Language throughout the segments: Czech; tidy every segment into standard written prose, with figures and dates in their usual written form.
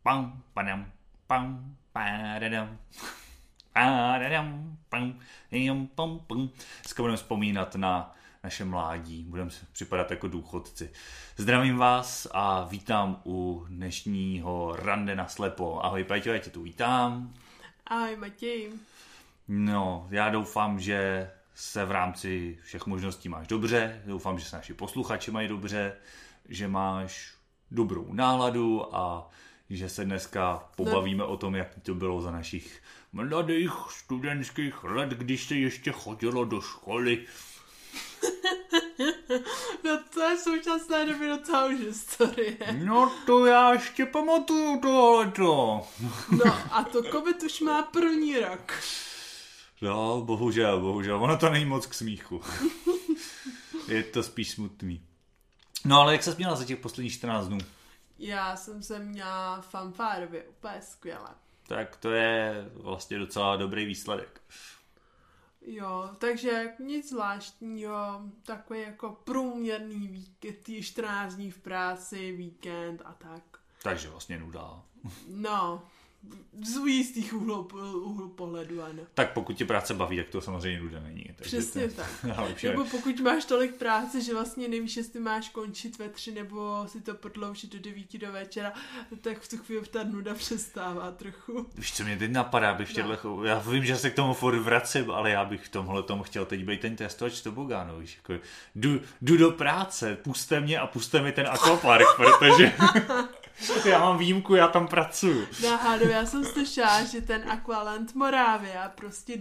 Pam, padam, pam, padadam. Padadam, pam, pam, pam. Dneska budeme vzpomínat na naše mládí. Budeme připadat jako důchodci. Zdravím vás a vítám u dnešního rande na slepo. Ahoj Péťo, já tě tu vítám. Ahoj Matěj. No, já doufám, že se v rámci všech možností máš dobře. Doufám, že se naši posluchači mají dobře, že máš dobrou náladu a že se dneska pobavíme o tom, jak to bylo za našich mladých studentských let, když se ještě chodilo do školy. No to je v současné době docela už historie. No to já ještě pamatuju tohleto. No a to covid už má první rok. No, bohužel, ono to není moc k smíchu. Je to spíš smutný. No ale jak se měla za těch posledních 14 dnů? Já jsem se měla fanfárově, úplně skvěle. Tak to je vlastně docela dobrý výsledek. Jo, takže nic zvláštního, takový jako průměrný víkend, 14 dní v práci, víkend a tak. Takže vlastně nuda. No, z jistých úhlu pohledu, ano. Tak pokud tě práce baví, tak to samozřejmě nuda není. Přesně tak. Nebo pokud máš tolik práce, že vlastně nevíš, jestli máš končit ve 3 nebo si to prodloužit do 9 do večera, tak v tu chvíli ta nuda přestává trochu. Víš, co mě teď napadá, já vím, že se k tomu furt vracím, ale já bych v tomhle tomu chtěl teď být ten testovač tobogánu, víš, jako jdu do práce, puste mě a puste mi ten aquapark, protože já mám výjimku, já tam pracuju. Náhodou, já jsem slyšela, že ten Aqualand Moravia prostě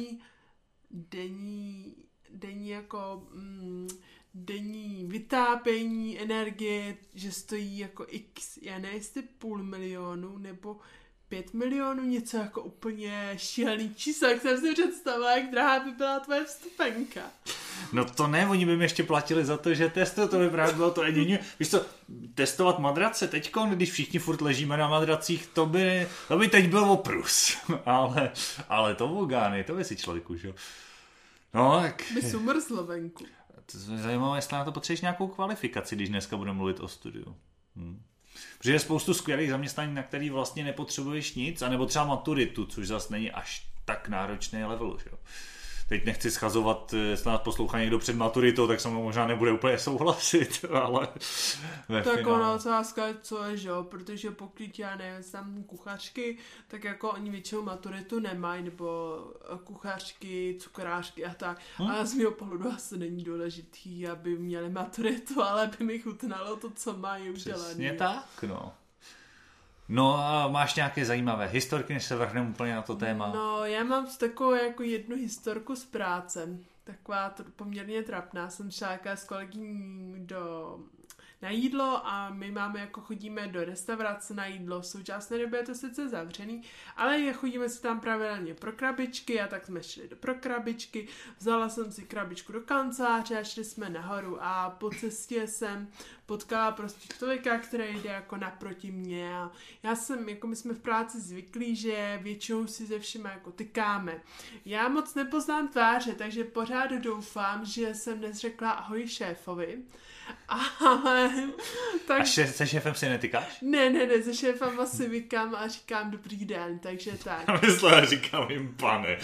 denní vytápění energie, že stojí jako x, já nevím, jestli 500 000 nebo 5 milionů, něco jako úplně šílený číslo, jak jsem si představila, jak drahá by byla tvoje vstupenka. No to ne, oni by mi ještě platili za to, že testuju, to by právě bylo to jedině. Víš co, testovat madrace teďko, když všichni furt ležíme na madracích, to by teď byl oprus. ale tobogány, to by si člověk užil. No tak. By si umrzl venku. Zajímavé, jestli na to potřebuješ nějakou kvalifikaci, když dneska budeme mluvit o studiu. Protože je spoustu skvělých zaměstnání, na který vlastně nepotřebuješ nic, anebo třeba maturitu, což zase není až tak náročný level, že jo. Teď nechci schazovat, jestli nás poslouchá někdo před maturitou, tak se mnou možná nebude úplně souhlasit, ale tak ona otázka je, co je, že jo, protože pokud já nevím, tam kuchařky, tak jako oni většinou maturitu nemají, nebo kuchařky, cukrářky a tak. A z mého pohledu asi není důležitý, aby měli maturitu, ale aby mi chutnalo to, co mají udělané. Přesně tak, no. No a máš nějaké zajímavé historky, než se vrhneme úplně na to téma? No, já mám takovou jako jednu historku z práce. Taková poměrně trapná. Jsem šla s kolegyní na jídlo a my chodíme do restaurace na jídlo. V současné době je to sice zavřený, ale chodíme si tam pravidelně pro krabičky a tak jsme šli pro krabičky. Vzala jsem si krabičku do kanceláře a šli jsme nahoru a po cestě jsem potkala prostě člověka, který jde jako naproti mě a my jsme v práci zvyklí, že většinou si ze všema jako tykáme. Já moc nepoznám tváře, takže pořád doufám, že jsem dnes řekla ahoj šéfovi. Ale tak... A se šéfem si netykáš? Ne, se šéfem asi vykám a říkám dobrý den, takže tak. A myslela, říkám jim pane.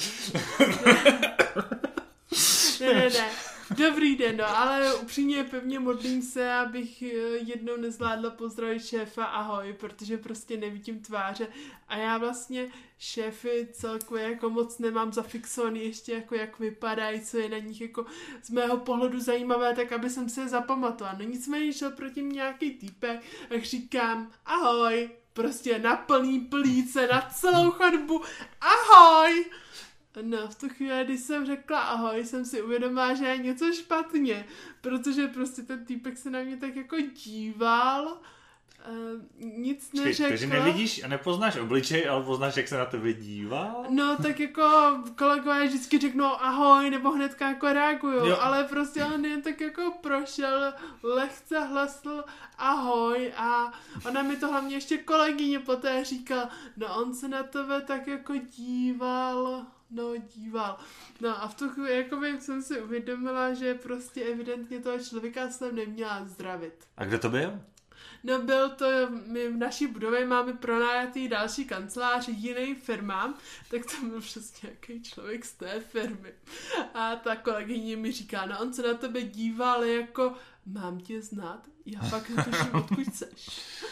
Ne. Dobrý den, no, ale upřímně pevně modlím se, abych jednou nezvládla pozdravit šéfa ahoj, protože prostě nevidím tváře a já vlastně šéfy celkově jako moc nemám zafixovaný ještě jako jak vypadají, co je na nich jako z mého pohledu zajímavé, tak aby jsem se je zapamatovala. No nicméně šel proti mě nějaký týpek a říkám ahoj, prostě na plný plíce, na celou chodbu, ahoj! No, v tu chvíli, když jsem řekla ahoj, jsem si uvědomila, že je něco špatně, protože prostě ten týpek se na mě tak jako díval, nic neřekl. Takže nevidíš a nepoznáš obličej, ale poznáš, jak se na tebe díval? No, tak jako kolegové vždycky řeknou ahoj, nebo hnedka jako reagujou, jo. Ale prostě on jen tak jako prošel, lehce hlasl ahoj a ona mi to hlavně ještě kolegyně poté říkala, no on se na tebe tak jako díval. No a v tu chvíli jsem si uvědomila, že prostě evidentně toho člověka jsem neměla zdravit. A kdo to byl? No byl to, my v naší budově máme pronajatý další kancelář jiným firmám, tak to byl přesně nějaký člověk z té firmy. A ta kolegyně mi říká, no on se na tebe díval jako, mám tě znát? Já pak netuším, odkud seš.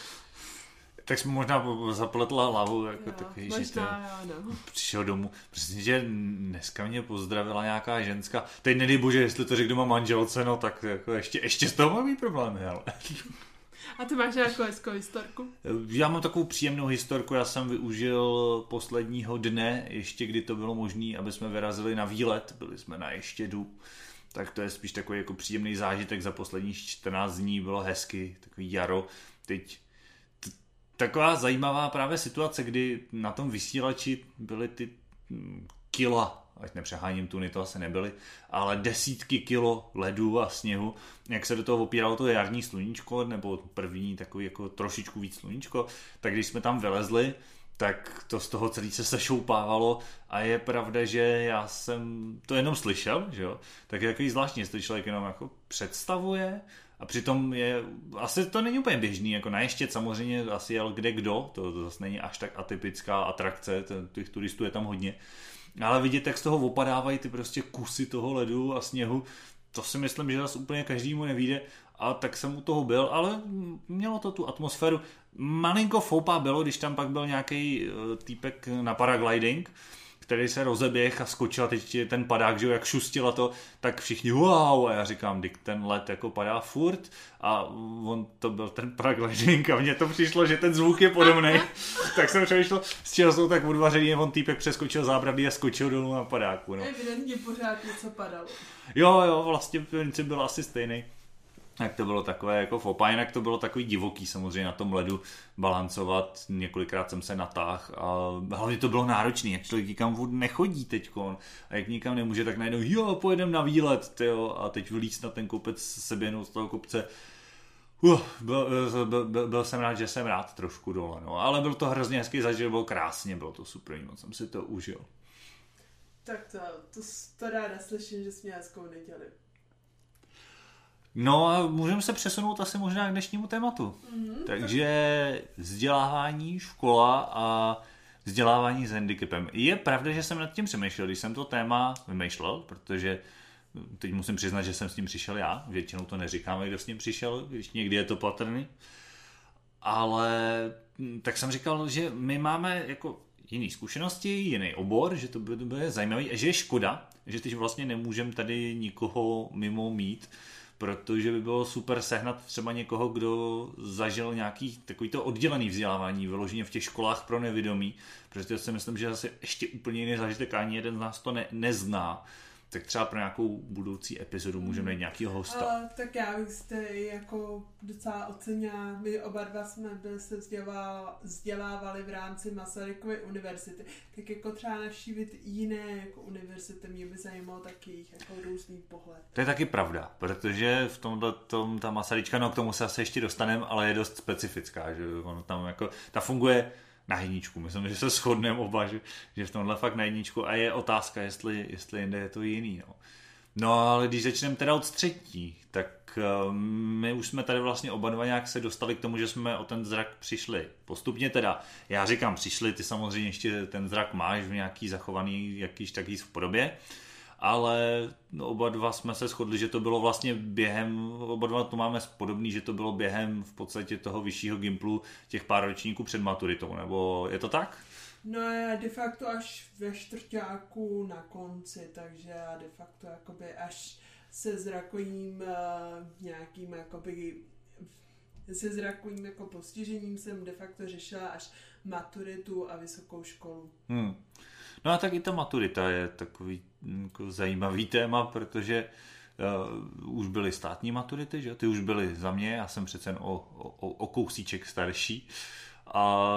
Tak jsme možná zapletla hlavu, jako Jo, takový, možná, že to jo, přišel domů. Přesně, že dneska mě pozdravila nějaká ženská. Teď nedej bože, jestli to řekl doma manželce, no tak jako ještě z toho mám mít problémy, ale. A ty máš nějakou hezkou historku? Já mám takovou příjemnou historku, já jsem využil posledního dne, ještě kdy to bylo možné, aby jsme vyrazili na výlet, byli jsme na Ještědu, tak to je spíš takový jako příjemný zážitek za posledních 14 dní, bylo hezky, takový jaro, teď taková zajímavá právě situace, kdy na tom vysílači byly ty kila, ať nepřeháním tuny, to asi nebyly, ale desítky kilo ledu a sněhu, jak se do toho opíralo to jarní sluníčko, nebo první takový jako trošičku víc sluníčko, tak když jsme tam vylezli, tak to z toho celý se sešoupávalo a je pravda, že já jsem to jenom slyšel, že jo, tak je takový zvláštní, jestli člověk jenom jako představuje a přitom je, asi to není úplně běžný, jako na Ještěd samozřejmě asi jel kde kdo, to zase není až tak atypická atrakce, těch turistů je tam hodně, ale vidět, jak z toho opadávají ty prostě kusy toho ledu a sněhu, to si myslím, že zase úplně každému nevíde a tak jsem u toho byl, ale mělo to tu atmosféru. Malinko foupa bylo, když tam pak byl nějaký týpek na paragliding, který se rozeběh a skočil a teď ten padák, že jo, jak šustila to, tak všichni wow a já říkám, dik ten let jako padá furt a on to byl ten paragliding a mně to přišlo, že ten zvuk je podobný, tak jsem přemýšlel, z čeho jsou tak odvařený, on týpek přeskočil zábradlí a skočil dolů na padáku. No. Evidentně pořád něco padalo. Jo, vlastně princip byl asi stejný. Tak to bylo takové jako fopa, jinak to bylo takový divoký samozřejmě na tom ledu balancovat, několikrát jsem se natáhl a hlavně to bylo náročný, jak člověk nikam nechodí teďkon a jak nikam nemůže, tak najednou jo, pojedem na výlet, tyjo, a teď vylíct na ten kopec, seběhnout z toho kopce. Byl jsem rád, že jsem rád trošku dole, no, ale byl to hrozně hezký zažitek, bylo krásně, bylo to super, moc jsem si to užil. Tak to ráda slyším, že jsi mě hezkou neděli. No a můžeme se přesunout asi možná k dnešnímu tématu. Takže vzdělávání, škola a vzdělávání s handicapem. Je pravda, že jsem nad tím přemýšlel, když jsem to téma vymýšlel, protože teď musím přiznat, že jsem s tím přišel já. Většinou to neříkáme, kdo s tím přišel, když někdy je to patrný. Ale tak jsem říkal, že my máme jako jiné zkušenosti, jiný obor, že to bude zajímavý a že je škoda, že teď vlastně nemůžeme tady nikoho mimo mít, protože by bylo super sehnat třeba někoho, kdo zažil nějaký takovýto oddělený vzdělávání, vyloženě v těch školách pro nevidomí, protože si myslím, že zase ještě úplně jiný zážitek, ani jeden z nás to nezná. Tak třeba pro nějakou budoucí epizodu můžeme najít nějakého hosta. Tak já bych jste jako docela ocenila. My oba dva jsme se vzdělávali v rámci Masarykovy univerzity. Tak jako třeba navštívit jiné jako univerzity, mě by zajímalo taky jejich jako různý pohled. To je taky pravda, protože v tomhle ta Masaryčka, no k tomu se asi ještě dostaneme, ale je dost specifická, že ono tam jako, ta funguje na jedničku. Myslím, že se shodneme oba, že v tomhle fakt na jedničku a je otázka, jestli jinde je to jiný. No ale když začneme teda od střední, tak my už jsme tady vlastně oba dva nějak se dostali k tomu, že jsme o ten zrak přišli postupně teda. Já říkám přišli, ty samozřejmě ještě ten zrak máš v nějaký zachovaný jakýž taký v podobě, ale oba dva jsme se shodli, že to bylo vlastně během, oba dva to máme podobný, že to bylo během v podstatě toho vyššího gimplu těch pár ročníků před maturitou, nebo je to tak? No já de facto až ve čtvrťáku na konci, takže já de facto jakoby až se zrakovým nějakým jakoby se zrakovým jako postižením jsem de facto řešila až maturitu a vysokou školu. No a tak i ta maturita je takový jako zajímavý téma, protože už byly státní maturity, že? Ty už byly za mě, já jsem přece jen o kousíček starší a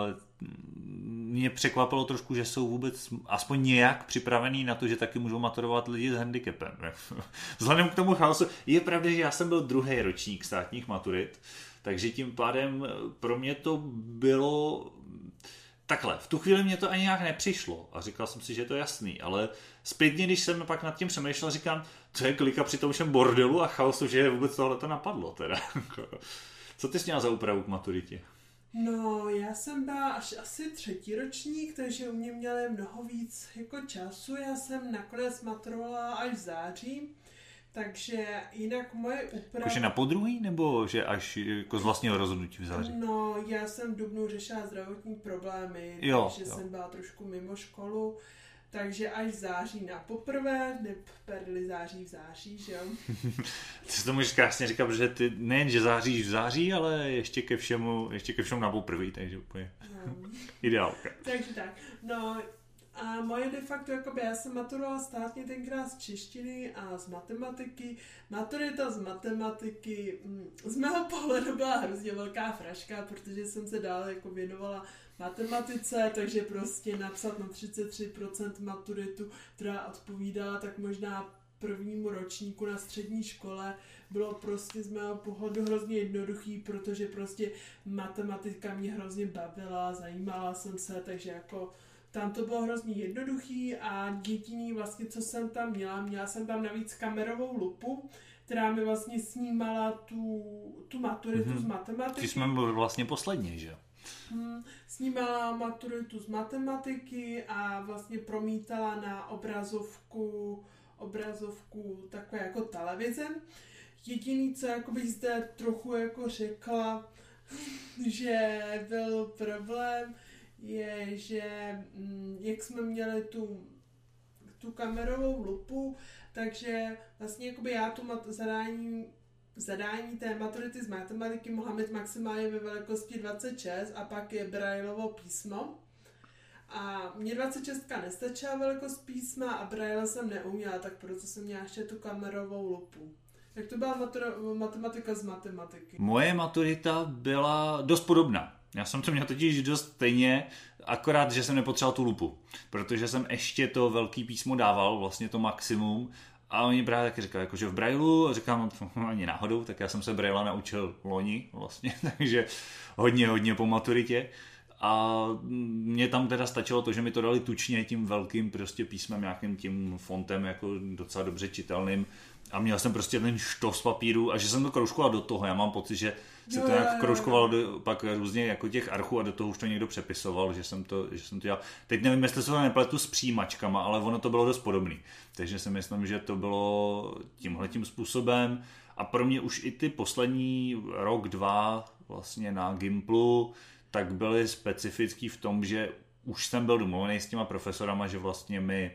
mě překvapilo trošku, že jsou vůbec aspoň nějak připravený na to, že taky můžou maturovat lidi s handicapem. Vzhledem k tomu chaosu, je pravda, že já jsem byl druhý ročník státních maturit, takže tím pádem pro mě to bylo takhle. V tu chvíli mě to ani nějak nepřišlo a říkal jsem si, že je to jasný, ale zpětně, když jsem pak nad tím přemýšlel, říkám, co je klika při tom všem bordelu a chaosu, že vůbec tohle to napadlo teda. Co ty jsi měla za úpravu k maturitě? No, já jsem byla až asi 3. ročník, takže u mě měli mnoho víc jako času. Já jsem nakonec maturovala až v září, takže jinak moje úprava... Jakože na podruhý, nebo že až jako z vlastního rozhodnutí v září? No, já jsem v dubnu řešila zdravotní problémy, takže jsem byla trošku mimo školu. Takže až září na poprvé, neperli září v září, že jo? Ty to můžeš krásně říkat, protože ty nejen, že záříš v září, ale ještě ke všemu na poprvé, takže úplně ideálka. Takže tak, no a moje de facto, jakoby já jsem maturovala státně tenkrát z češtiny a z matematiky. Maturita z matematiky z mého pohledu byla hrozně velká fraška, protože jsem se dále jako věnovala matematice, takže prostě napsat na 33% maturitu, která odpovídala tak možná prvnímu ročníku na střední škole, bylo prostě z mého pohledu hrozně jednoduchý, protože prostě matematika mě hrozně bavila, zajímala jsem se, takže jako tam to bylo hrozně jednoduchý a jediný vlastně, co jsem tam měla jsem tam navíc kamerovou lupu, která mi vlastně snímala tu maturitu z matematiky. Ty jsme byli vlastně poslední, že? Snímala maturitu z matematiky a vlastně promítala na obrazovku takové jako televize. Jediný, co jako bych zde trochu jako řekla, že byl problém, je, že jak jsme měli tu kamerovou lupu, takže vlastně jakoby já tu zadání té maturity z matematiky mohla mít maximálně ve velikosti 26 a pak je Braillovo písmo. A mě 26 nestačila velikost písma a Braille jsem neuměla, tak proto jsem měla ještě tu kamerovou lupu. Jak to byla matematika z matematiky? Moje maturita byla dost podobná. Já jsem to měl totiž dost stejně, akorát, že jsem nepotřeboval tu lupu, protože jsem ještě to velký písmo dával, vlastně to maximum, a oni právě taky říkali, jakože v Braillu, říkám, ani náhodou, tak já jsem se Brailla naučil loni vlastně, takže hodně po maturitě. A mně tam teda stačilo to, že mi to dali tučně tím velkým prostě písmem, nějakým tím fontem jako docela dobře čitelným. A měl jsem prostě ten štos z papíru a že jsem to kroužkoval do toho. Já mám pocit, že se to nějak kroužkovalo pak různě jako těch archů a do toho už to někdo přepisoval, že jsem to dělal. Teď nevím, jestli se to nepletu s přijímačkama, ale ono to bylo dost podobný. Takže si myslím, že to bylo tímhletím způsobem. A pro mě už i ty poslední rok, 2 vlastně na Gimplu, tak byly specifický v tom, že už jsem byl domluvený s těma profesorama, že vlastně mi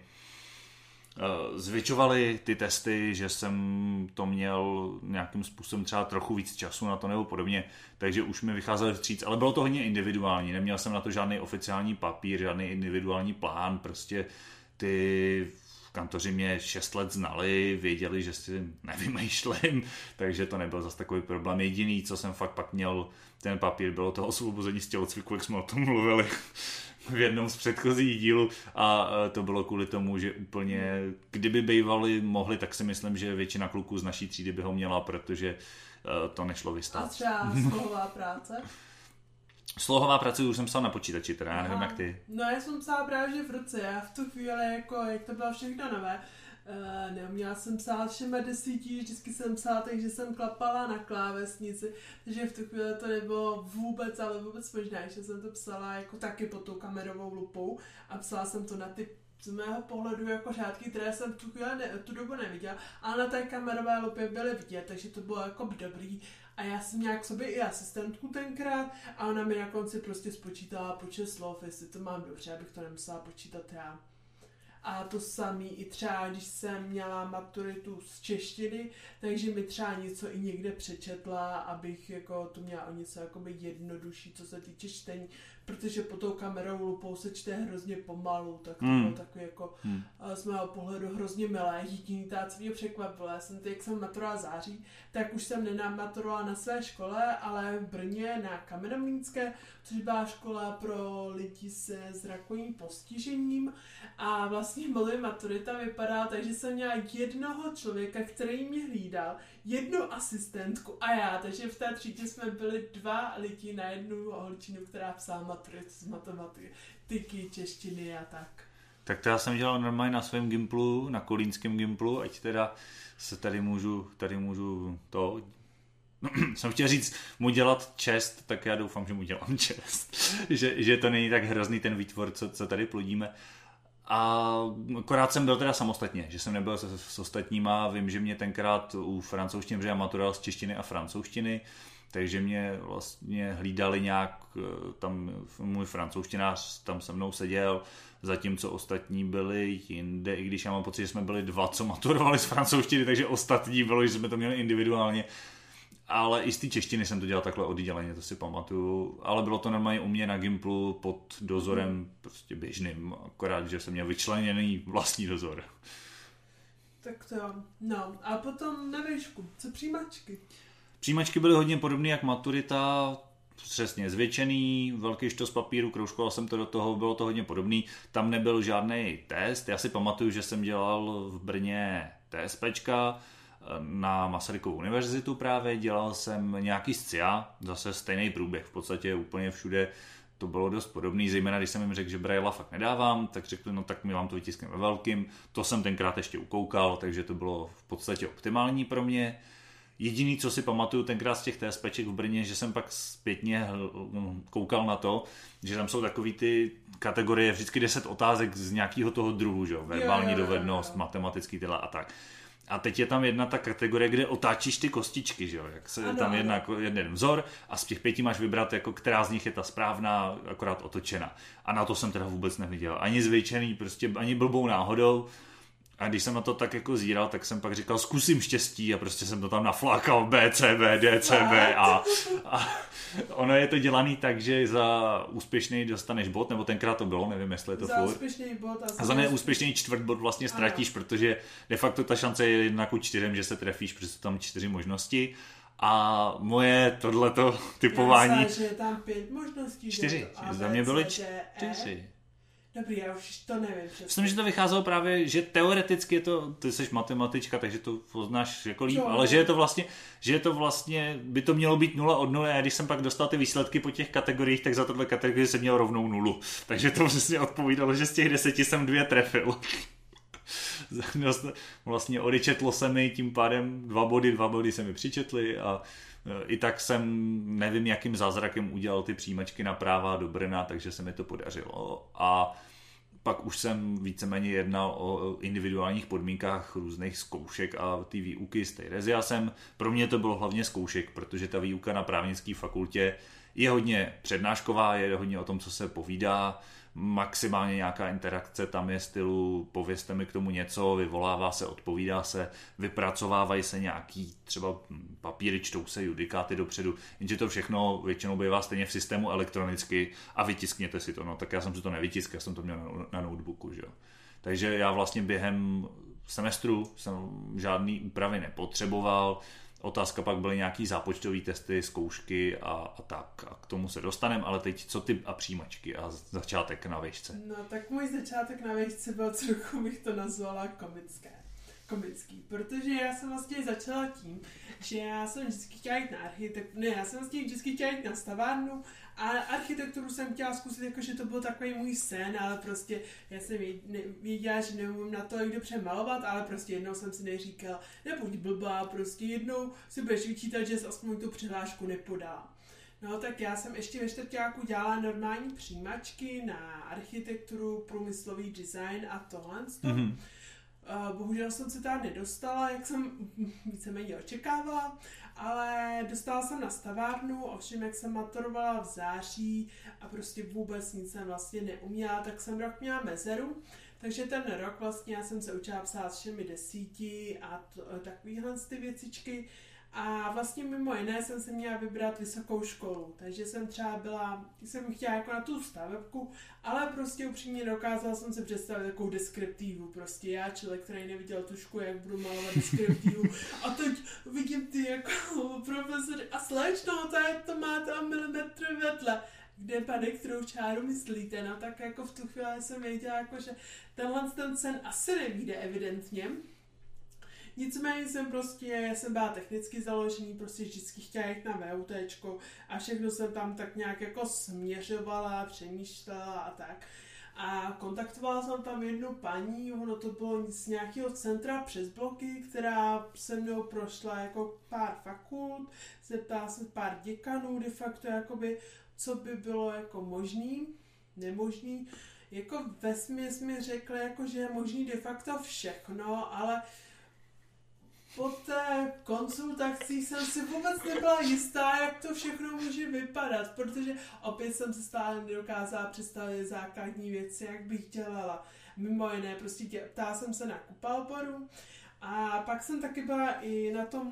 zvětšovali ty testy, že jsem to měl nějakým způsobem třeba trochu víc času na to nebo podobně, takže už mi vycházeli vstříc, ale bylo to hodně individuální, neměl jsem na to žádný oficiální papír, žádný individuální plán, prostě ty kantoři mě 6 let znali, věděli, že si nevymýšlím, takže to nebyl zase takový problém. Jediný, co jsem fakt pak měl, ten papír, bylo toho osvobození z tělocviku, jak jsme o tom mluvili v jednom z předchozích dílů a to bylo kvůli tomu, že úplně, kdyby bývali mohli, tak si myslím, že většina kluků z naší třídy by ho měla, protože to nešlo vystát. A třeba slohová práce? Slohová práce už jsem psal na počítači, teda já nevím jak ty. No já jsem psala právě že v ruce, já v tu chvíli, jako, jak to bylo všechno nové, neuměla jsem psát všema 10, vždycky jsem psala, takže jsem klapala na klávesnici, takže v tu chvíli to nebylo vůbec, ale vůbec možné, že jsem to psala jako taky pod tou kamerovou lupou a psala jsem to na ty z mého pohledu jako řádky, které jsem v tu chvíli tu dobu neviděla, ale na té kamerové lupě byly vidět, takže to bylo jako dobrý. A já jsem měla k sobě i asistentku tenkrát a ona mi na konci prostě spočítala počet slov, jestli to mám dobře, abych to nemusela počítat já. A to samý i třeba, když jsem měla maturitu z češtiny, takže mi třeba něco i někde přečetla, abych jako to měla o něco jakoby jednodušší, co se týče čtení, protože pod tou kamerou lupou se čte hrozně pomalu, tak to bylo takový jako z mého pohledu hrozně milé. Jediný ta, co mě překvapilo, já jsem jak jsem maturovala září, tak už jsem nenamaturovala na své škole, ale v Brně na Kamenomlýnské, což byla škola pro lidi se zrakovým postižením a vlastně moje maturita vypadala tak, že jsem měla jednoho člověka, který mě hlídal, jednu asistentku a já, takže v té třídě jsme byli 2 lidi na jednu holčinu, která psala maturitu z matematiky, češtiny a tak. Tak to já jsem dělal normálně na svém Gimplu, na kolínském Gimplu, ať teda se tady můžu to jsem chtěl říct, mu dělat čest, tak já doufám, že mu dělám čest. že to není tak hrozný ten výtvor, co tady plodíme. A akorát jsem byl teda samostatně, že jsem nebyl s ostatníma. Vím, že mě tenkrát u francouzštiny, protože já maturoval z češtiny a francouzštiny, takže mě vlastně hlídali nějak, tam můj francouzštinář tam se mnou seděl, zatímco ostatní byli jinde, i když já mám pocit, že jsme byli 2, co maturovali z francouzštiny, takže ostatní bylo, že jsme to měli individuálně. Ale i z té češtiny jsem to dělal takhle odděleně, to si pamatuju. Ale bylo to normálně u mě na Gimplu pod dozorem prostě běžným, akorát, že jsem měl vyčleněný vlastní dozor. Tak to jo. No a potom na výšku, co přijímačky? Přijímačky byly hodně podobné jak maturita, přesně zvětšený, velký štos papíru, kroužkoval jsem to do toho, bylo to hodně podobný. Tam nebyl žádný test, já si pamatuju, že jsem dělal v Brně TSPčka, na Masarykovu univerzitu právě, dělal jsem nějaký SCIA, zase stejný průběh, v podstatě úplně všude to bylo dost podobný, zejména když jsem jim řekl, že Brailla fakt nedávám, tak řekli, no tak my vám to vytiskneme ve velkým, to jsem tenkrát ještě ukoukal, takže to bylo v podstatě optimální pro mě. Jediný, co si pamatuju tenkrát z těch TSPček v Brně, že jsem pak zpětně koukal na to, že tam jsou takový ty kategorie, vždycky 10 otázek z nějakého toho druhu, že? Verbální dovednost, matematický tyhle a tak. A teď je tam jedna ta kategorie, kde otáčíš ty kostičky, že jo? Jak se ano, tam jeden vzor a z těch 5 máš vybrat, jako která z nich je ta správná, akorát otočena. A na to jsem teda vůbec neviděl. Ani zvětšený, prostě ani blbou náhodou. A když jsem na to tak jako zíral, tak jsem pak říkal, zkusím štěstí a prostě jsem to tam naflákal B, C, B, D, C, B a ono je to dělaný tak, že za úspěšný dostaneš bod, nebo tenkrát to bylo, nevím, jestli je to furt. Úspěšný bod a za neúspěšný čtvrt bod vlastně ztratíš, protože de facto ta šance je 1:4, že se trefíš, protože jsou tam 4 možnosti. A moje tohleto typování... Já že je tam 5 možností. 4, za mě byly 4. Dobrý, já už to nevím. Myslím, že to vycházelo právě, že teoreticky je to, ty jsi matematička, takže to poznáš jako líp, ale že je to vlastně, by to mělo být 0 od 0 a když jsem pak dostal ty výsledky po těch kategoriích, tak za tohle kategorii jsem měl rovnou 0. Takže to přesně odpovídalo, že z těch 10 jsem 2 trefil. Vlastně odečetlo se mi tím pádem 2 body se mi přičetly a i tak jsem nevím jakým zázrakem udělal ty přijímačky na práva do Brna, takže se mi to podařilo. A pak už jsem víceméně jednal o individuálních podmínkách různých zkoušek a ty výuky z té Rezy. Pro mě to bylo hlavně zkoušek, protože ta výuka na právnické fakultě je hodně přednášková, je hodně o tom, co se povídá, maximálně nějaká interakce tam je stylu povězte mi k tomu něco, vyvolává se, odpovídá se, vypracovávají se nějaký třeba papíry, čtou se judikáty dopředu, jenže to všechno většinou bývá stejně v systému elektronicky a vytiskněte si to, no tak já jsem si to nevytiskl, já jsem to měl na notebooku, že jo. Takže já vlastně během semestru jsem žádný úpravy nepotřeboval. Otázka pak byly nějaký zápočtový testy, zkoušky a tak. A k tomu se dostaneme, ale teď co ty a přijímačky a začátek na výšce? No tak můj začátek na výšce byl trochu, bych to nazvala komický, protože já jsem vlastně začala tím, že já jsem vždycky chtěla jít na já jsem vlastně vždycky chtěla jít na stavárnu a architekturu jsem chtěla zkusit, jakože to byl takový můj sen, ale prostě já jsem věděla, že neumím na to jak dobře malovat, ale prostě jednou jsem si neříkala, nebuď blbá, prostě jednou si budeš vyčítat, že jsi aspoň tu přihlášku nepodala. No tak já jsem ještě ve čtvrťáku dělala normální přijímačky na architekturu, průmyslový design a tohle. Mm-hmm. Bohužel jsem se tam nedostala, jak jsem víceméně očekávala, ale dostala jsem na stavárnu, ovšem jak jsem maturovala v září a prostě vůbec nic jsem vlastně neuměla, tak jsem rok měla mezeru, takže ten rok vlastně já jsem se učila psát všemi 10 a takovýhle ty věcičky. A vlastně mimo jiné jsem se měla vybrat vysokou školu, takže jsem třeba jsem chtěla jako na tu stavebku, ale prostě upřímně dokázala jsem si představit takovou deskriptivu, prostě já člověk, který neviděl tušku, jak budu malovat deskriptivu a teď vidím ty jako profesory a slečno, to má tam milimetr vedle. Kde pane, kterou čáru myslíte, no tak jako v tu chvíli jsem věděla, jako, že ten sen asi nevíde evidentně. Nicméně já jsem byla technicky založený, prostě vždycky chtěla jít na VUTčko a všechno jsem tam tak nějak jako směřovala, přemýšlela a tak. A kontaktovala jsem tam jednu paní, ono to bylo z nějakého centra přes bloky, která se mnou prošla jako pár fakult, zeptala se pár děkanů, de facto jakoby, co by bylo jako možný, nemožný. Jako vesměs mi řekla, jako, že je možný de facto všechno, ale po té konzultaci jsem si vůbec nebyla jistá, jak to všechno může vypadat, protože opět jsem se stále nedokázala představit základní věci, jak bych dělala. Mimo jiné, prostě ptala jsem se na kupalboru a pak jsem taky byla i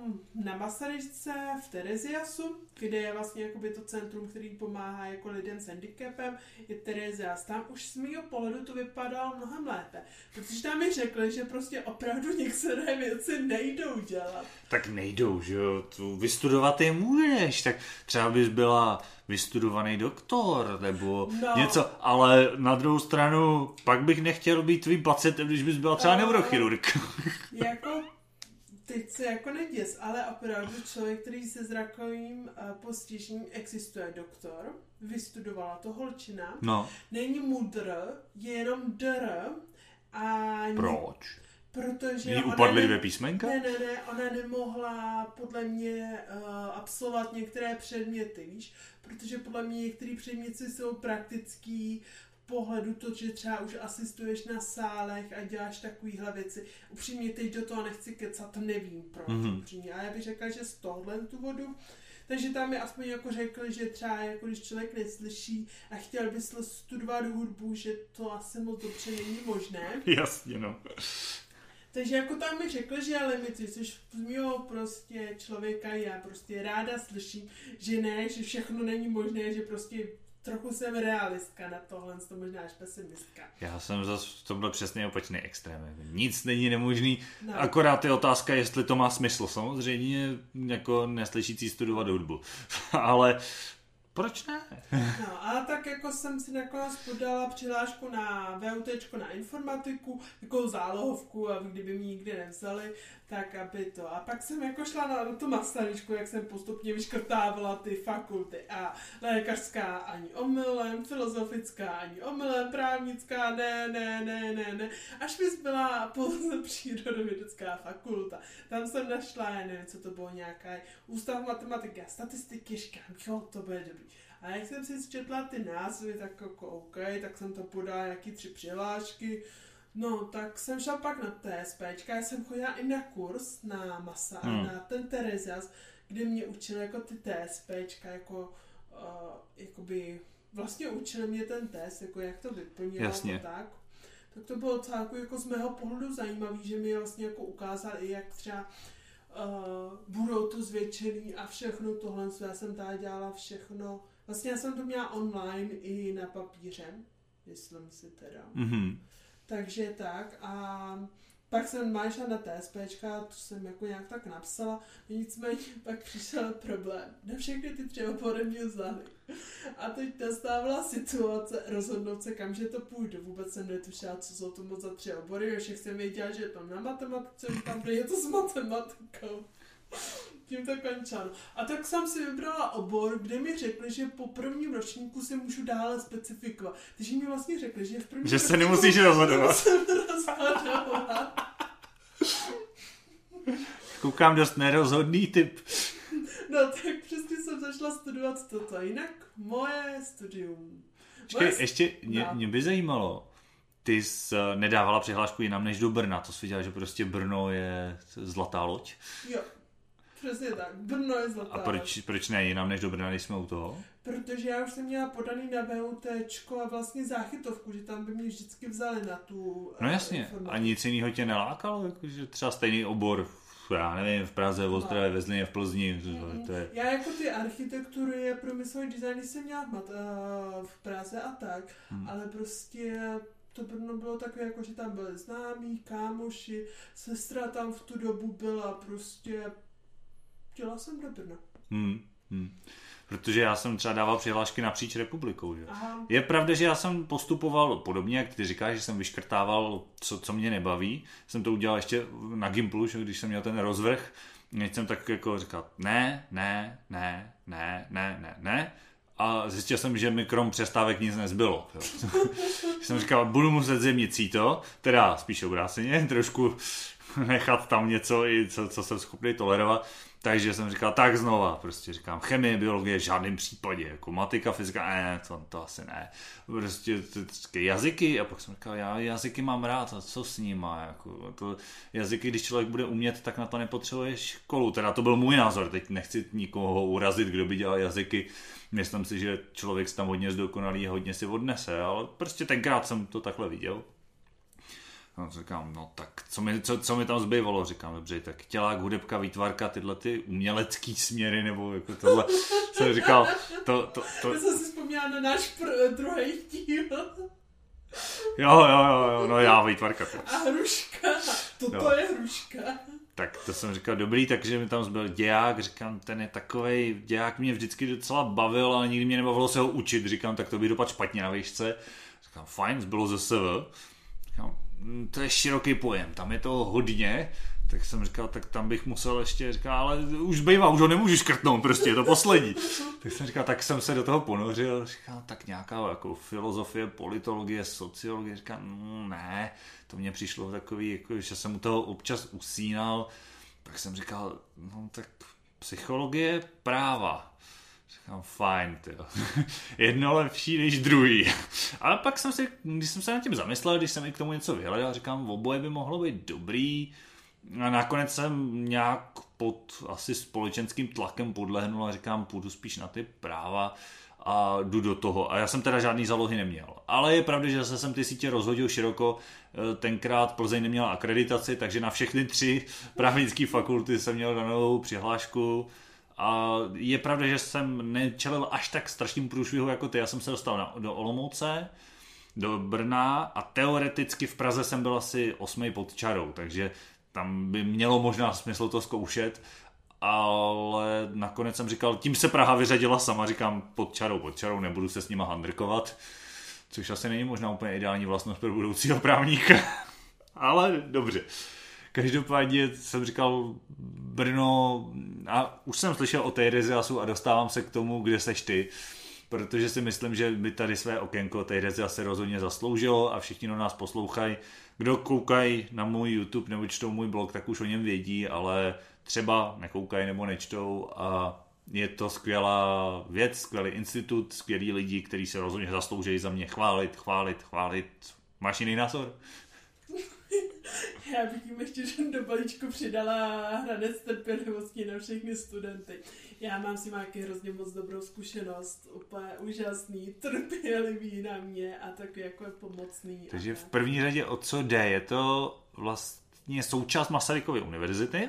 na Masaryčce v Tereziasu, kde je vlastně jakoby to centrum, který pomáhá jako lidem s handicapem, je Terezias. Tam už z mýho pohledu to vypadalo mnohem lépe, protože tam mi řekli, že prostě opravdu některé věci nejdou dělat. Tak nejdou, že jo, tu vystudovat je můžeš, tak třeba bys byla vystudovaný doktor, nebo něco, ale na druhou stranu pak bych nechtěl být tvým pacientem, když bys byla třeba neurochirurg. Jako, teď se jako neděs, ale opravdu člověk, který se zrakovým postižením existuje doktor, vystudovala to holčina, není mudr, je jenom dr a... Proč? Protože jí upadly dvě písmenka? Ne, ona nemohla podle mě absolvovat některé předměty, víš, protože podle mě některé předměty jsou praktický v pohledu to, že třeba už asistuješ na sálech a děláš takovýhle věci. Upřímně teď do toho nechci kecat, nevím proč, upřímně, ale já bych řekla, že z tohohle důvodu. Takže tam mi aspoň jako řekli, že třeba jako když člověk neslyší a chtěl by studovat hudbu, že to asi moc dobře není možné. Jasně, no. Takže jako tam mi řekli, že je limity, což z mého prostě člověka já prostě ráda slyším, že ne, že všechno není možné, že prostě trochu jsem realistka na tohle, to možná až pesimistka. Já jsem zase v tomhle přesně opačný extrém. Nic není nemožný, akorát je otázka, jestli to má smysl. Samozřejmě jako neslyšící studovat hudbu. Ale proč ne? No, ale tak jako jsem si nakonec podala přihlášku na VUT na informatiku, takovou zálohovku, aby kdyby mě nikdy nevzali, tak aby to. A pak jsem jako šla na tu Masaryčku, jak jsem postupně vyškrtávala ty fakulty. A lékařská ani omylem, filozofická ani omylem, právnická ne. Až mi zbyla pouze přírodovědecká fakulta. Tam jsem našla, já nevím, co to bylo, nějaký ústav matematiky a statistiky, říkám, jo, to bude dobrý. A jak jsem si zčetla ty názvy, tak jako OK, tak jsem to podala nějaký 3 přihlášky. No, tak jsem šla pak na TSPčka, já jsem chodila i na kurz na na ten Terezias, kde mě učili jako ty TSPčka, jako jakoby, vlastně učili mě ten test, jako jak to vyplňovat a tak. Tak to bylo docela jako z mého pohledu zajímavý, že mi vlastně jako ukázal i jak třeba budou to zvětšený a všechno tohle, já jsem tady dělala všechno, vlastně já jsem to měla online i na papíře, myslím si teda. Takže tak a pak jsem šla na TSPčka, to jsem jako nějak tak napsala, nicméně pak přišel problém. Na všechny ty 3 obory mě vzali. A teď nastávala situace rozhodnout se, kamže to půjdu. Vůbec jsem netušila, co jsou to moc za 3 obory, všech jsem věděla, že je to na matematice, že tam je to s matematikou. Tím to končilo. A tak jsem si vybrala obor, kde mi řekli, že po prvním ročníku se můžu dále specifikovat. Takže mi vlastně řekli, že v prvním že se nemusíš rozhodovat. Koukám, dost nerozhodný typ. No tak přesně jsem začala studovat toto. Jinak moje studium. Ještě mě by zajímalo, ty jsi nedávala přihlášku jinam než do Brna. To jsi viděla, že prostě Brno je zlatá loď. Jo. Přesně tak, Brno je zlatá. A proč ne jinam než do Brna, když jsme u toho? Protože já už jsem měla podaný na VUTčko a vlastně záchytovku, že tam by mě vždycky vzali na tu no jasně, informaci. A nic jiného tě nelákalo? Jakože třeba stejný obor, já nevím, v Praze, v Ostravě, ve Zlíně, v Plzni. To je... Já jako ty architektury a průmyslový design jsem měla v Praze a tak, ale prostě... To Brno bylo takové, jako že tam byli známí, kámoši, sestra tam v tu dobu byla, prostě chtěla jsem do Brna. Protože já jsem třeba dával přihlášky napříč republikou. Že? Aha. Je pravda, že já jsem postupoval podobně, jak ty říkáš, že jsem vyškrtával, co mě nebaví. Jsem to udělal ještě na Gimplu, že když jsem měl ten rozvrh, jsem tak jako říkal ne. a zjistil jsem, že mi krom přestávek nic nezbylo. Jsem říkal, budu muset zjemnit síto, teda spíš obráceně, trošku nechat tam něco, co jsem schopný tolerovat. Takže jsem říkal, tak znova, prostě říkám, chemie, biologie v žádném případě, jako matika, fyzika, ne, to asi ne. Prostě jazyky, a pak jsem říkal, já jazyky mám rád, a co s nima, jako, to jazyky, když člověk bude umět, tak na to nepotřebuje školu, teda to byl můj názor, teď nechci nikoho urazit, kdo by dělal jazyky, myslím si, že člověk se tam hodně zdokonalý, hodně si odnese, ale prostě tenkrát jsem to takhle viděl. No, říkám, no tak co mi tam zbývalo, říkám, dobře, tak tělák, hudebka, výtvarka, tyhle ty umělecký směry, nebo jako tohle, jsem říkal, to. Já jsem si vzpomněla na náš druhý díl. Jo, no já, výtvarka. A hruška, to je hruška. Tak to jsem říkal, dobrý, takže mi tam zbyl děják, říkám, ten je takovej, děják mě vždycky docela bavil, ale nikdy mě nebavilo se ho učit, říkám, tak to by dopadl špatně na výšce. Říkám, fajn, zbylo ze SV. Říkám, to je široký pojem, tam je toho hodně, tak jsem říkal, tak tam bych musel ještě říkat, ale už zbývá, už ho nemůžu škrtnout, prostě je to poslední. Tak jsem říkal, tak jsem se do toho ponořil, říkal, tak nějaká jako filozofie, politologie, sociologie, říkal, ne, to mně přišlo takový, jako, že jsem u toho občas usínal, tak jsem říkal, no tak psychologie, práva. Říkám, fajn, tyjo. Jedno lepší než druhý. Ale pak když jsem se nad tím zamyslel, když jsem i k tomu něco vyhledal, říkám, oboje by mohlo být dobrý. A nakonec jsem nějak pod asi společenským tlakem podlehnul a říkám, půjdu spíš na ty práva a jdu do toho. A já jsem teda žádný zálohy neměl. Ale je pravda, že jsem ty sítě rozhodil široko. Tenkrát Plzeň neměla akreditaci, takže na všechny 3 právnické fakulty jsem měl danou přihlášku. A je pravda, že jsem nečelil až tak strašným průšvihu jako ty. Já jsem se dostal do Olomouce, do Brna a teoreticky v Praze jsem byl asi 8. pod čarou, takže tam by mělo možná smysl to zkoušet, ale nakonec jsem říkal, tím se Praha vyřadila sama, říkám pod čarou, nebudu se s nima handrkovat, což asi není možná úplně ideální vlastnost pro budoucího právníka, ale dobře. Každopádně jsem říkal Brno a už jsem slyšel o Teiresiasu a dostávám se k tomu, kde seš ty, protože si myslím, že by tady své okénko Teiresias se rozhodně zasloužilo a všichni do nás poslouchají. Kdo koukají na můj YouTube nebo čtou můj blog, tak už o něm vědí, ale třeba nekoukají nebo nečtou a je to skvělá věc, skvělý institut, skvělí lidi, kteří se rozhodně zaslouží za mě chválit. Máš jiný názor? Já bych jim ještě do balíčku přidala hranec trpělivosti na všechny studenty. Já mám s nějaký hrozně moc dobrou zkušenost, úplně úžasný, trpělivý na mě a tak jako je pomocný. Takže v první řadě o co jde? Je to vlastně součást Masarykovy univerzity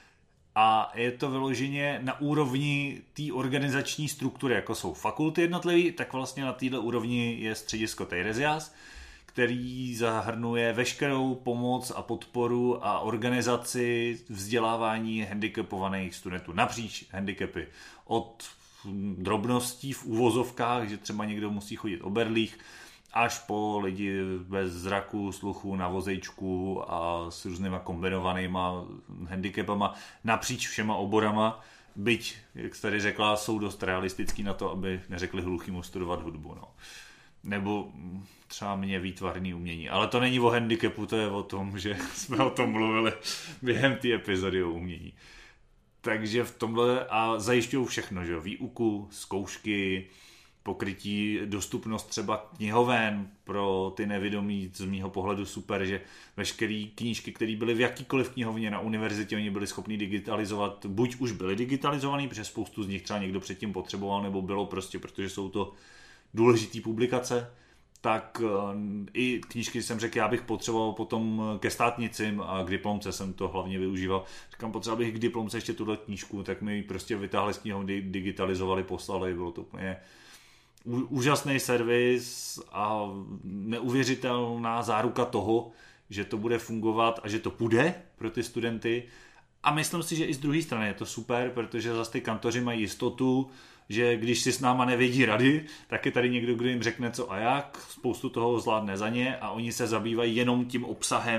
a je to vyloženě na úrovni té organizační struktury, jako jsou fakulty jednotlivé, tak vlastně na této úrovni je středisko Teiresias, který zahrnuje veškerou pomoc a podporu a organizaci vzdělávání handicapovaných studentů napříč handicapy. Od drobností v uvozovkách, že třeba někdo musí chodit o berlích, až po lidi bez zraku, sluchu, na vozejčku a s různýma kombinovanýma handicapama napříč všema oborama. Byť, jak jsi tady řekla, jsou dost realistický na to, aby neřekli hluchýmu studovat hudbu. No. Nebo třeba mě výtvarný umění. Ale to není o handicapu, to je o tom, že jsme o tom mluvili během té epizody o umění. Takže v tomhle a zajišťují všechno, že výuku, zkoušky, pokrytí, dostupnost třeba knihoven pro ty nevědomí, z mýho pohledu super, že veškeré knížky, které byly v jakýkoliv knihovně na univerzitě, oni byli schopni digitalizovat, buď už byly digitalizovaný, protože spoustu z nich třeba někdo předtím potřeboval, nebo bylo prostě, protože jsou to důležitý publikace, tak i knížky jsem řekl, já bych potřeboval potom ke státnicím a k diplomce jsem to hlavně využíval. Říkám, potřeboval bych k diplomce ještě tuhle knížku, tak mi ji prostě vytáhli z knihovny, digitalizovali, poslali, bylo to úplně úžasný servis a neuvěřitelná záruka toho, že to bude fungovat a že to půjde pro ty studenty. A myslím si, že i z druhé strany je to super, protože zase ty kantoři mají jistotu, že když si s náma nevědí rady, tak je tady někdo, kdo jim řekne co a jak, spoustu toho zvládne za ně a oni se zabývají jenom tím obsahem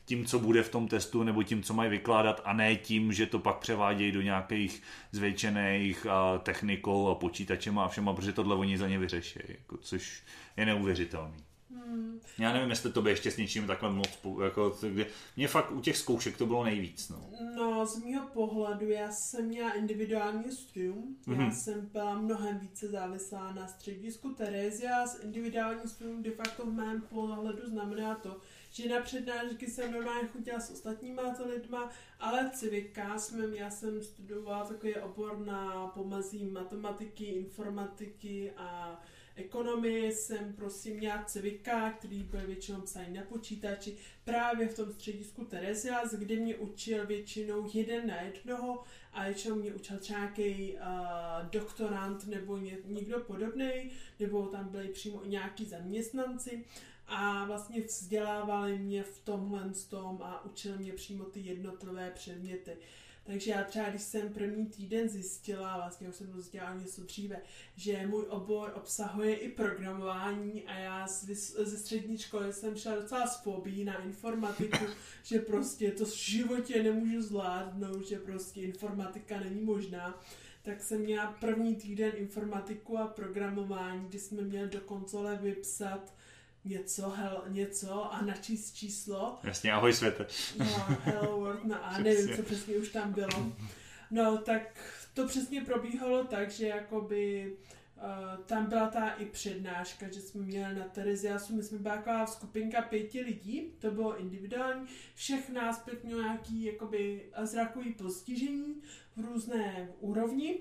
tím, co bude v tom testu, nebo tím, co mají vykládat, a ne tím, že to pak převádějí do nějakých zvětšených technikou a počítačema a všema, protože tohle oni za ně vyřeší, jako, což je neuvěřitelný. Já nevím, jestli to by ještě s něčím takhle moc, jako, mě fakt u těch zkoušek to bylo nejvíc. No, z mýho pohledu, já jsem měla individuální studium, já jsem byla mnohem více závislá na středisku Terézia. S individuální studium de facto v mém pohledu znamená to, že na přednášky jsem normálně chodila s ostatníma lidma, ale civika já jsem studovala takový obor na pomezí matematiky, informatiky a ekonomii. Jsem prostě měla civika, který byl většinou psaný na počítači, právě v tom středisku Terézia, kde mě učil většinou jeden na jednoho a většinou mě učil třeba nějaký doktorant nebo někdo podobný, nebo tam byli přímo i nějaký zaměstnanci. A vlastně vzdělávali mě v tomhle tom a učili mě přímo ty jednotlivé předměty. Takže já třeba, když jsem první týden zjistila, vlastně už jsem to vzdělala něco dříve, že můj obor obsahuje i programování a já ze střední školy jsem šla docela s fobií na informatiku, že prostě to v životě nemůžu zvládnout, že prostě informatika není možná. Tak jsem měla první týden informatiku a programování, kdy jsme měli do konzole vypsat něco a načíst číslo. Jasně, ahoj světe. No, hello world, no a nevím, co přesně už tam bylo. No, tak to přesně probíhalo tak, že jakoby tam byla ta i přednáška, že jsme měli na Tereziasu, my jsme byla taková skupinka 5 lidí, to bylo individuální, všech nás 5 mělo nějaký jakoby zrakový postižení v různé úrovni.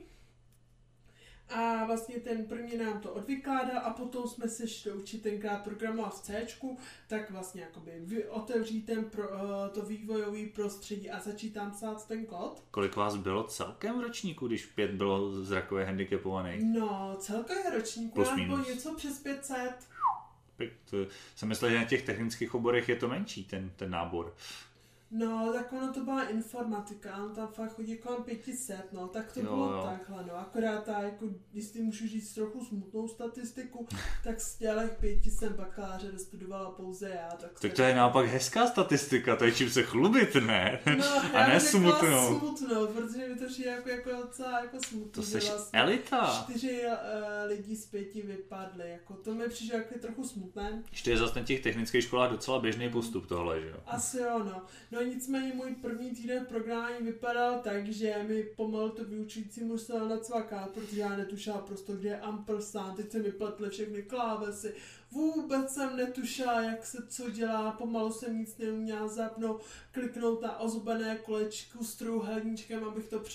A vlastně ten první nám to odvykládal a potom jsme se šli učit tenkrát programovat v Cčku, tak vlastně jakoby otevřít to vývojový prostředí a začít tam psát ten kód. Kolik vás bylo celkem v ročníku, když 5 bylo zrakově handicapovaných? No, celkově ročníku nás bylo něco přes 500. To jsem myslel, že na těch technických oborech je to menší, ten nábor. No, tak ono to byla informatika, on tam fakt chodí kolem 500, no, tak to bylo takhle, no, akorát ta, jako, jestli můžu říct trochu smutnou statistiku, tak z těch 5 jsem bakaláře dostudovala pouze já. Tak to je naopak hezká statistika, to je čím se chlubit, ne? No, a ne smutnou. Smutnou, protože mi to přijde jako docela jako smutný. To jsi vlastně elita. 4 lidi z 5 vypadly, jako to mi přišlo jako trochu smutné. Ještě je zase na těch technických školách docela běžný postup tohle, že jo? Asi jo, no. No nicméně můj první týden v programování vypadal tak, že mi pomalu to vyučující musel nacvakat, protože já netušila prostě, kde je ampersand, teď se mi pletly všechny klávesy, vůbec jsem netušila, jak se co dělá, pomalu jsem nic neuměla zapnout, kliknout na ozubené kolečku s trojúhelníčkem, abych to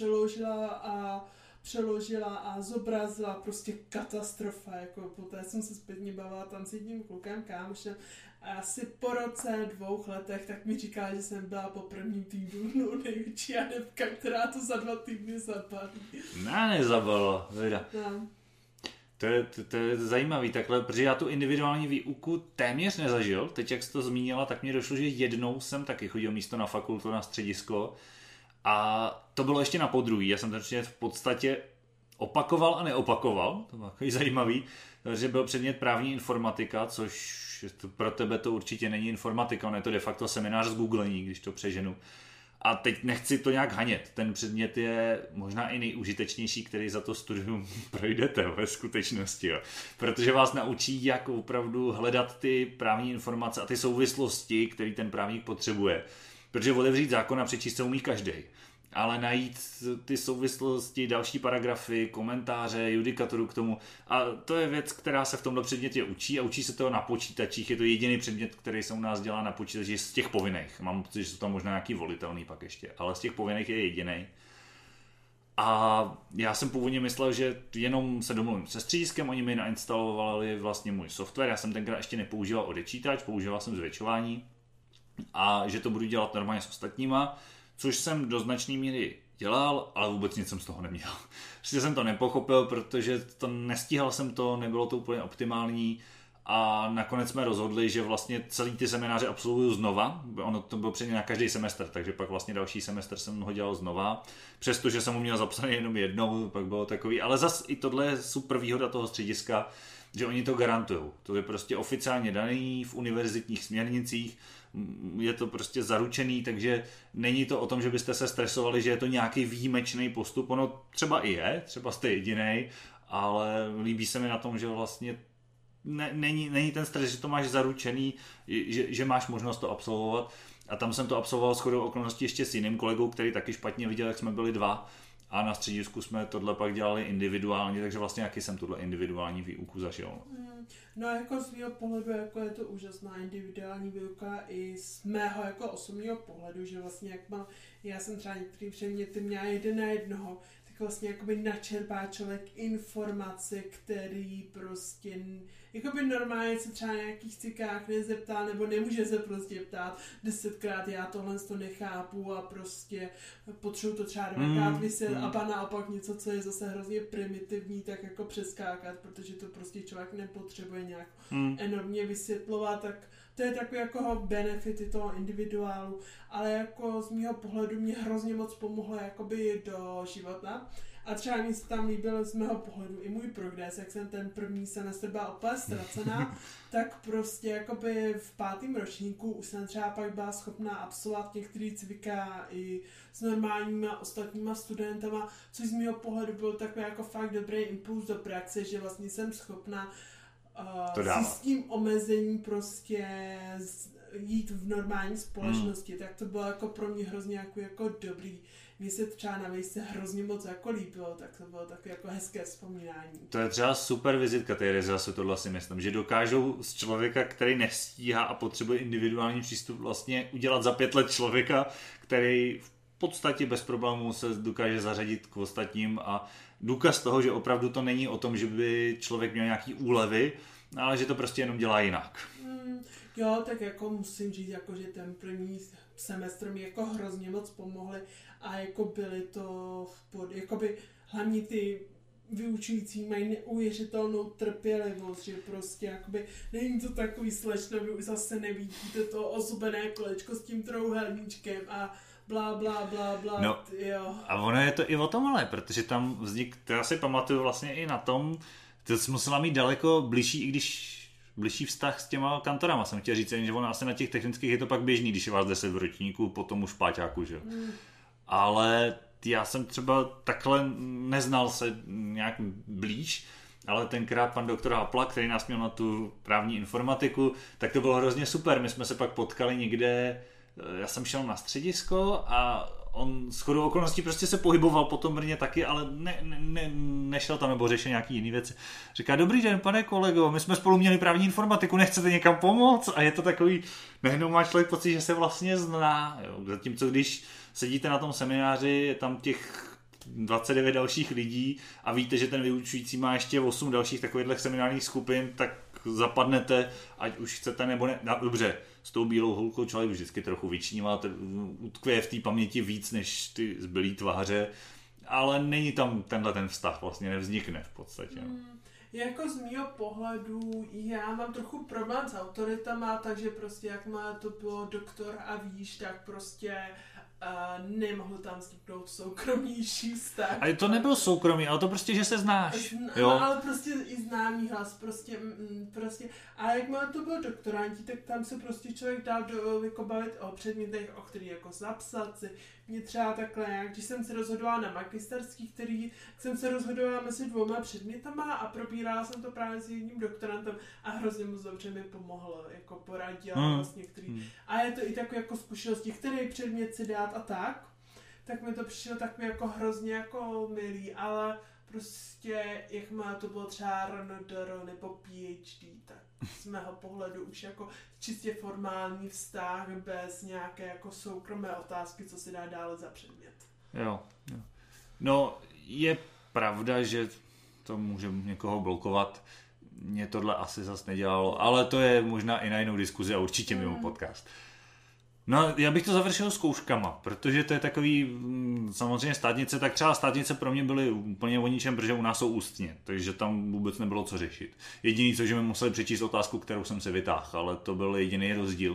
přeložila a zobrazila, prostě katastrofa, jako poté jsem se zpětně bavila tam s jedním klukem, kámošem, a asi po roce, 2 letech, tak mi říká, že jsem byla po prvním týdnu největší adeptka, která to za 2 týdny zapadí. Nezabalo, vida. No. To je zajímavý takhle, protože já tu individuální výuku téměř nezažil. Teď, jak jsi to zmínila, tak mi došlo, že jednou jsem taky chodil místo na fakultu, na středisko. A to bylo ještě na podruhý. Já jsem to v podstatě opakoval a neopakoval. To bylo takový zajímavý, že byl předmět právní informatika, což pro tebe to určitě není informatika, on je to de facto seminář z googlení, když to přeženu. A teď nechci to nějak hanět. Ten předmět je možná i nejužitečnější, který za to studium projdete ve skutečnosti. Jo. Protože vás naučí, jak opravdu hledat ty právní informace a ty souvislosti, které ten právník potřebuje. Protože otevřít zákon a přečíst se umí každý. Ale najít ty souvislosti, další paragrafy, komentáře, judikaturu k tomu. A to je věc, která se v tomto předmětě učí a učí se to na počítačích. Je to jediný předmět, který se u nás dělá na počítači z těch povinných. Mám pocit, že jsou tam možná nějaký volitelný pak ještě, ale z těch povinných je jediný. A já jsem původně myslel, že jenom se domluvím se střediskem, oni mi nainstalovali vlastně můj software. Já jsem tenkrát ještě nepoužíval odečítač, používal jsem zvětšování a že to budu dělat normálně s ostatníma. Což jsem do značné míry dělal, ale vůbec nic jsem z toho neměl. Prostě jsem to nepochopil, protože to nestíhal jsem to, nebylo to úplně optimální a nakonec jsme rozhodli, že vlastně celý ty semináře absolvuju znova. Ono to bylo předně na každý semestr, takže pak vlastně další semestr jsem ho dělal znova. Přestože jsem ho měl zapsaný jenom jednou, pak bylo takový. Ale zas i tohle je super výhoda toho střediska, že oni to garantujou. To je prostě oficiálně daný v univerzitních směrnicích. je to prostě zaručený, takže není to o tom, že byste se stresovali, že je to nějaký výjimečný postup, ono třeba i je, třeba jste jedinej, ale líbí se mi na tom, že vlastně není ten stres, že to máš zaručený, že máš možnost to absolvovat. A tam jsem to absolvoval shodou okolností ještě s jiným kolegou, který taky špatně viděl, jak jsme byli dva. A na středisku jsme tohle pak dělali individuálně, takže vlastně jaký jsem tuhle individuální výuku zažil. No jako z mého pohledu jako je to úžasná individuální výuka i z mého jako osobního pohledu, že vlastně jak já jsem třeba některý předměty měla 1 na 1, tak vlastně jakoby načerpá člověk informace, který prostě jakoby normálně se třeba na nějakých cykách nezeptá, nebo nemůže se prostě ptát 10krát, já tohle to nechápu a prostě potřebuji to třeba 2krát vysvětlit a pak naopak něco, co je zase hrozně primitivní, tak jako přeskákat, protože to prostě člověk nepotřebuje nějak enormně vysvětlovat, tak to je takový jako benefity toho individuálu, ale jako z mýho pohledu mě hrozně moc pomohlo jakoby do života. A třeba mi se tam líbil z mého pohledu i můj progres, jak jsem ten první semestr byla úplně ztracená, tak prostě jakoby v 5. ročníku už jsem třeba pak byla schopná absolvovat některý cvika i s normálníma ostatníma studentama, což z mého pohledu byl takový jako fakt dobrý impuls do praxe, že vlastně jsem schopná s tím omezením prostě jít v normální společnosti, tak to bylo jako pro mě hrozně jako dobrý. Mně se třeba na vejšce hrozně moc jako líbilo, tak to bylo takové jako hezké vzpomínání. To je třeba super vizitka té zase tohle si myslím, že dokážou z člověka, který nestíhá a potřebuje individuální přístup, vlastně udělat za 5 let člověka, který v podstatě bez problémů se dokáže zařadit k ostatním a důkaz toho, že opravdu to není o tom, že by člověk měl nějaký úlevy, ale že to prostě jenom dělá jinak. Jo, tak jako musím říct, jako, že ten první semestr mi jako hrozně moc pomohly a jako byly to jakoby hlavně ty vyučující mají neuvěřitelnou trpělivost, že prostě jakoby není to takový slečno, vy už zase nevidíte to ozubené kolečko s tím trouhelníčkem a blá, blá, blá, blá, no, jo. A ono je to i o tomhle, protože tam vznik, to já si pamatuju vlastně i na tom, to jsi musela mít daleko bližší, i když bližší vztah s těma kantorama, jsem chtěl říct, že ono asi na těch technických je to pak běžný, když je vás 10 v ročníku, potom už v páťáku, že jo. Ale já jsem třeba takhle neznal se nějak blíž, ale tenkrát pan doktor Hapla, který nás měl na tu právní informatiku, tak to bylo hrozně super, my jsme se pak potkali někde, já jsem šel na středisko a on shodou okolností prostě se pohyboval po tom Brně taky, ale nešel tam nebo řešil nějaký jiný věci. Říká, dobrý den, pane kolego, my jsme spolu měli právní informatiku, nechcete někam pomoct? A je to takový, nejednou má člověk pocit, že se vlastně zná. Jo. Zatímco když sedíte na tom semináři, je tam těch 29 dalších lidí a víte, že ten vyučující má ještě 8 dalších takových seminárních skupin, tak zapadnete, ať už chcete nebo ne. No, dobře, s tou bílou holkou člověk vždycky trochu vyčnívá, utkvěje v té paměti víc než ty zbylý tváře, ale není tam tenhle ten vztah, vlastně nevznikne v podstatě. Jako z mýho pohledu, já mám trochu problém s autoritama, takže prostě jak má to bylo doktor a víš, tak prostě nemohl tam vzniknout soukromnější vztah. Ale to nebyl soukromý, ale to prostě, že se znáš. Jo. No, ale prostě i známý hlas, prostě. A jak má to bylo doktoranti, tak tam se prostě člověk dál jako bavit o předmětech, o kterých jako zapsat si. Mě třeba takhle, když jsem se rozhodovala na magisterský, který jsem se rozhodovala mezi 2 předmětama a probírala jsem to právě s jedním doktorantem a hrozně moc dobře mi pomohlo, jako poradila vlastně, který. A je to i takové jako zkušenosti, který předmět si dát a tak mi to přišlo takový jako hrozně jako milý, ale prostě jak má to bylo třeba RNDR nebo PhD, tak z mého pohledu už jako čistě formální vztah bez nějaké jako soukromé otázky, co se dá dále za předmět. Jo. No, je pravda, že to může někoho blokovat. Mě tohle asi zas nedělalo, ale to je možná i na jinou diskuzi a určitě mimo podcast. No, já bych to završil zkouškama, protože to je takový, samozřejmě státnice, tak třeba státnice pro mě byly úplně o ničem, protože u nás jsou ústně, takže tam vůbec nebylo co řešit. Jediný, co že mi museli přečíst otázku, kterou jsem si vytáhl, ale to byl jediný rozdíl.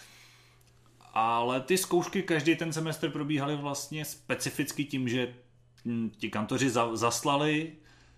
Ale ty zkoušky každý ten semestr probíhaly vlastně specificky tím, že ti kantoři zaslali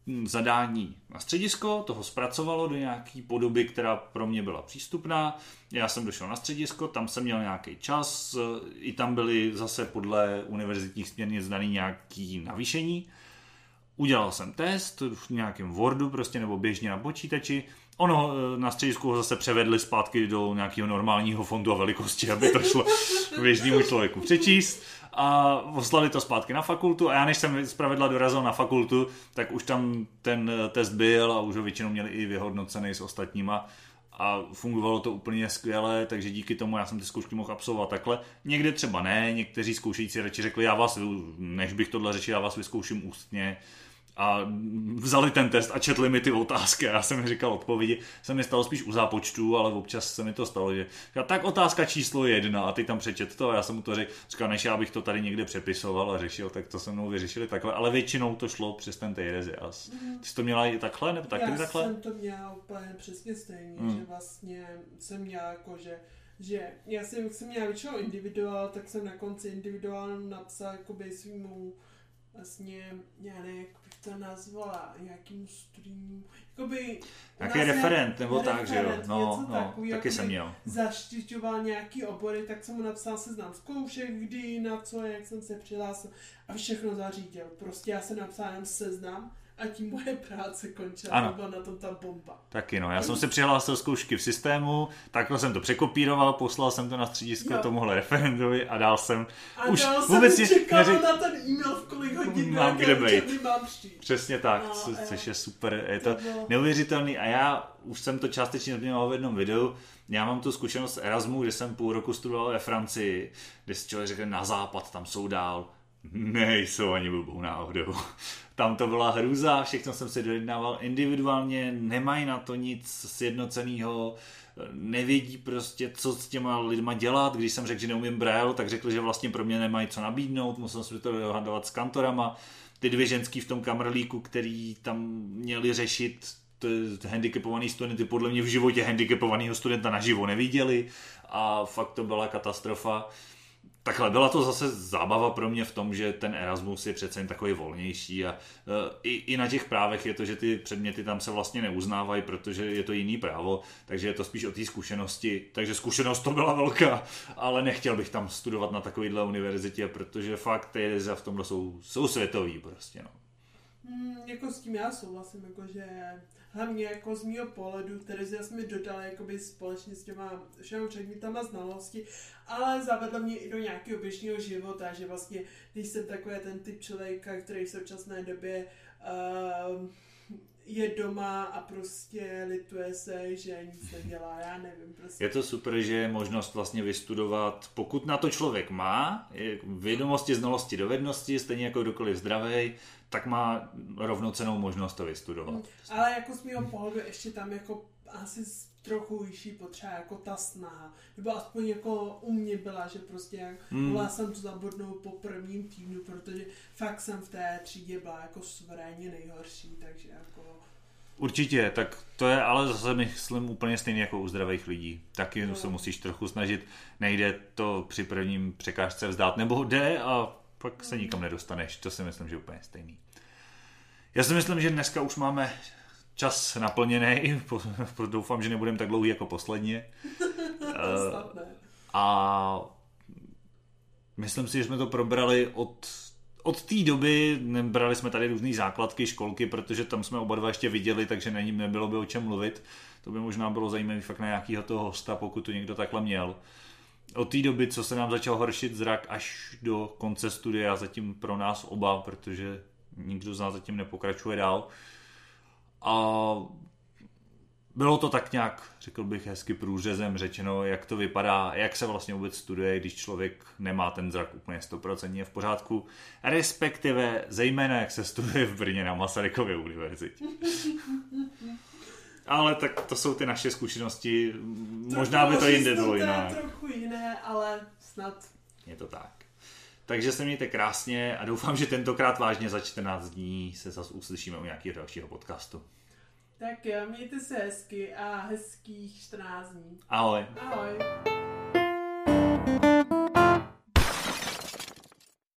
zadání na středisko, toho zpracovalo do nějaký podoby, která pro mě byla přístupná. Já jsem došel na středisko, tam jsem měl nějaký čas, i tam byly zase podle univerzitních směrnic daný nějaký navýšení. Udělal jsem test v nějakém Wordu prostě nebo běžně na počítači. Ono na středisku ho zase převedli zpátky do nějakého normálního fontu a velikosti, aby to šlo běžnému člověku přečíst. A poslali to zpátky na fakultu a já než jsem zpravidla dorazil na fakultu, tak už tam ten test byl a už ho většinou měli i vyhodnocený s ostatníma a fungovalo to úplně skvěle, takže díky tomu já jsem ty zkoušky mohl absolvovat takhle. Někde třeba ne, někteří zkoušející radši řekli, než bych tohle řešil, já vás vyzkouším ústně. A vzali ten test a četli mi ty otázky a já jsem mi říkal odpovědi. Se mi stalo spíš u zápočtu, ale občas se mi to stalo, že tak otázka číslo 1 a ty tam přečet to a já jsem mu to říkal, než já bych to tady někde přepisoval a řešil, tak to se mnou vyřešili takhle, ale většinou to šlo přes ten Teiresias. Ty jsi to měla i takhle, nebo taky takhle? Já jsem to měla úplně přesně stejně, že vlastně jsem měla jako, že já jsem měla většinou individuál, tak jsem na konci individuál napsal jakoby svýmu vlastně, já nevím, jak bych to nazvala, nějakým studijním, jakoby... Jaký referent, nebo tak, že jo? No, takový, taky jsem měl. Zaštiťoval nějaký obory, tak jsem mu napsal seznam zkoušek, kdy, na co, jak jsem se přihlásil a všechno zařídil. Prostě já jsem napsal jen seznam a tím moje práce končila, byla na tom ta bomba. Taky no, já jsem si přihlásil zkoušky v systému, takhle jsem to překopíroval, poslal jsem to na středisko tomuhle referendovi a dál jsem... A už dál vůbec jsem čekal na ten e-mail, v kolik hodin mám kde být. Mám přijít. Přesně tak, což je super, je to neuvěřitelný a já už jsem to částečně zmiňoval v jednom videu. Já mám tu zkušenost z Erasmu, kde jsem půl roku studoval ve Francii, kde si člověk řekne na západ, tam jsou dál. Nejsou ani blbou náhodou. Tam to byla hrůza, všechno jsem si dojednával individuálně, nemají na to nic sjednoceného, nevědí prostě, co s těma lidma dělat. Když jsem řekl, že neumím Braille, tak řekli, že vlastně pro mě nemají co nabídnout, musel jsem to dohadovat s kantorama. Ty 2 ženský v tom kamrlíku, který tam měli řešit handicapovaný studenty, podle mě v životě handicapovaného studenta naživo neviděli a fakt to byla katastrofa. Takhle, byla to zase zábava pro mě v tom, že ten Erasmus je přece jen takový volnější a i na těch právech je to, že ty předměty tam se vlastně neuznávají, protože je to jiný právo, takže je to spíš o té zkušenosti. Takže zkušenost to byla velká, ale nechtěl bych tam studovat na takovýhle univerzitě, protože fakt ty v tomhle jsou světový prostě, no. Jako s tím já souhlasím, jakože hlavně jako z mýho pohledu, Teresia mi dodala jakoby společně s těma všemi předmětama znalosti, ale zavedla mě i do nějakého běžného života, že vlastně, když jsem takový ten typ člověka, který v současné době je doma a prostě lituje se, že nic nedělá, já nevím. Prostě. Je to super, že je možnost vlastně vystudovat, pokud na to člověk má, vědomosti, znalosti, dovednosti, stejně jako kdokoliv zdravej, tak má rovnocennou možnost to vystudovat. Ale jako z mého pohledu ještě tam jako asi trochu vyšší potřeba jako ta snaha. Nebo aspoň jako u mě byla, že prostě mohla jsem to zabodnout po prvním týdnu, protože fakt jsem v té třídě byla jako suverénně nejhorší, takže jako... Určitě, tak to je ale zase myslím úplně stejný jako u zdravých lidí. Taky se musíš trochu snažit, nejde to při prvním překážce vzdát, nebo jde a pak se nikam nedostaneš, to si myslím, že je úplně stejný. Já si myslím, že dneska už máme čas naplněný, doufám, že nebudeme tak dlouhý jako posledně. A myslím si, že jsme to probrali od té doby, brali jsme tady různý základky, školky, protože tam jsme oba dva ještě viděli, takže nebylo by o čem mluvit. To by možná bylo zajímavé fakt na nějakého toho hosta, pokud to někdo takhle měl. Od té doby, co se nám začal horšit zrak až do konce studia, zatím pro nás oba, protože nikdo z nás zatím nepokračuje dál. A bylo to tak nějak, řekl bych hezky průřezem řečeno, jak to vypadá, jak se vlastně vůbec studuje, když člověk nemá ten zrak úplně 100% v pořádku, respektive zejména jak se studuje v Brně na Masarykově univerzitě. Ale tak to jsou ty naše zkušenosti, možná by to jinde bylo jinak. To je trochu jiné, ale snad. Je to tak. Takže se mějte krásně a doufám, že tentokrát vážně za 14 dní se zase uslyšíme u nějakého dalšího podcastu. Tak jo, mějte se hezky a hezkých 14 dní. Ahoj. Ahoj.